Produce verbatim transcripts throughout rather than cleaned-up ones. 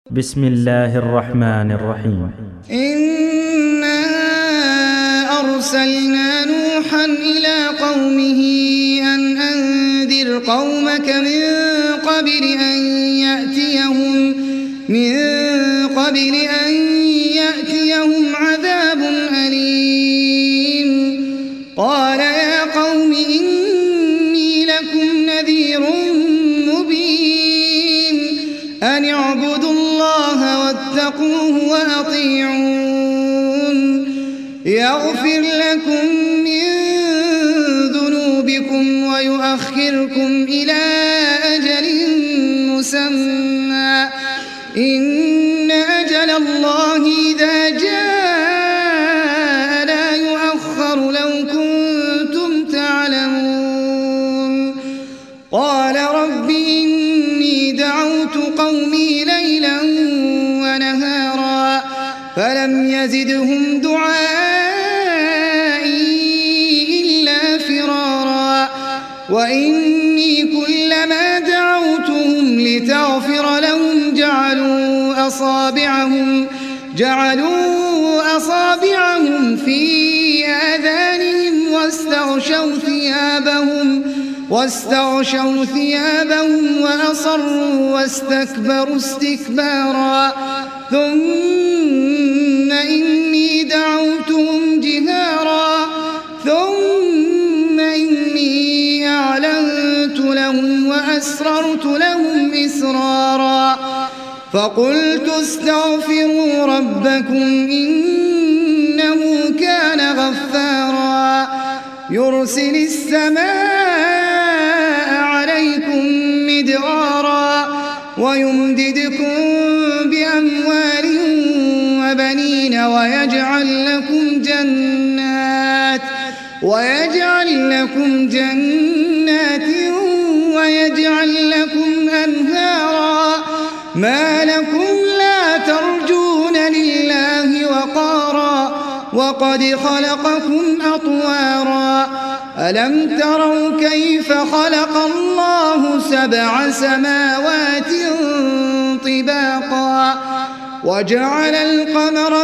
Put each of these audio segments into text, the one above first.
بسم الله الرحمن الرحيم. إنا أرسلنا نوحا إلى قومه أن أنذر قومك من قبل أن يأتيهم من قبل أن يأتيهم عذاب أليم. قال يا قوم إني لكم نذير مبين أن اعبدوا الله واتقوه وأطيعون يغفر لكم من ذنوبكم ويؤخركم إلى أجل مسمى إن أجل الله إذا جاء لا يؤخر لو كنتم تعلمون. قال رب إني دعوت قومي ليلا ونهارا فلم يزدهم دعائي إلا فرارا وإني كلما دعوتهم لتغفر لهم جعلوا أصابعهم جعلوا أصابعهم في آذانهم واستغشوا ثيابهم واستغشوا ثيابهم وأصروا واستكبروا استكبارا ثم إني دعوتهم جهارا ثم إني أعلنت لهم وأسررت لهم إسرارا فقلت استغفروا ربكم إنه كان غفارا يرسل السماء عليكم مدرارا ويمددكم بأموال وبنين ويجعل لكم جنات ويجعل لكم جنات ويجعل لكم أنهارا ما لكم لا ترجون لله وقارا وقد خلقكم أطوارا ألم تروا كيف خلق الله سبع سماوات طباقا وجعل القمر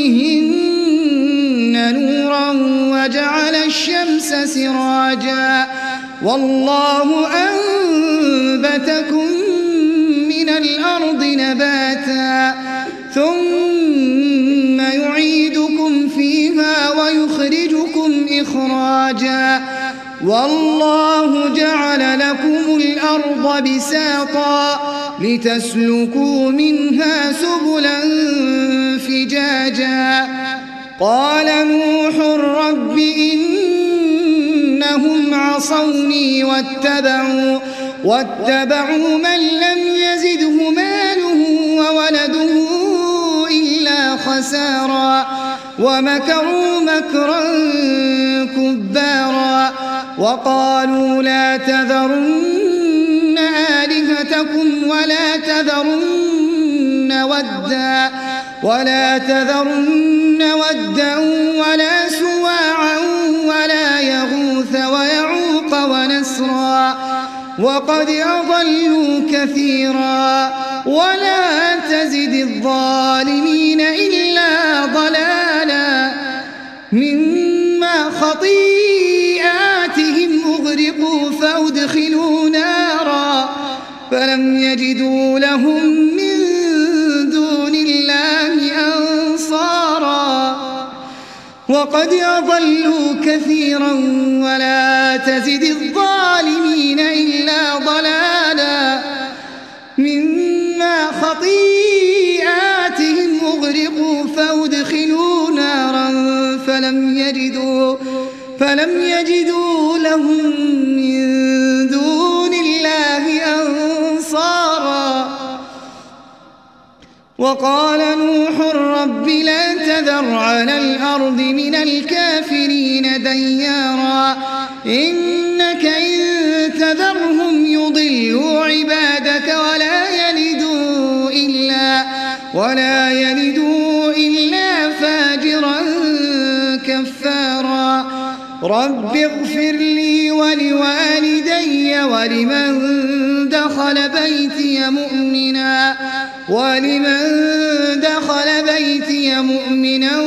فيهن نورا وجعل الشمس سراجا والله أنبتكم من الأرض نباتا ثم يعيدكم فيها ويخرجكم إخراجا والله جعل لكم الأرض بساطا لتسلكوا منها سبلا فجاجا قال نوح رب إنهم عصوني واتبعوا واتبعوا من لم يزده ماله وولده إلا خسارا ومكروا مكرا كبارا وقالوا لا تذرن آلهتكم ولا تذرن ودا ولا تذرن ودا ولا سواعا ولا يغوث ويعوق ونسرا وقد أضلوا كثيرا ولا تزد الظالمين إلا ضلالا مما خطيئاتهم أغرقوا فأدخلوا نارا فلم يجدوا لهم من دون الله أنصارا وقد أضلوا كثيرا ولا تزد الظالمين إلا ضلالا مما خطيئاتهم أغرقوا فأدخلوا نارا فلم يجدوا فلم يجدوا لهم من دون الله أنصارا وقال نوح رب لا تذر على الأرض من الكافرين ديارا إنك إن تذرهم يضلوا عبادك ولا يلدوا إلا ولا يلدوا إلا فاجرا كفارا رب اغفر لي ولوالدي ولمن دخل بيتي مؤمنا ولمن دخل بيتي مؤمنا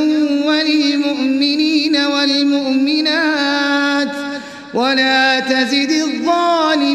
وللمؤمنين والمؤمنات ولا تزد الظالمين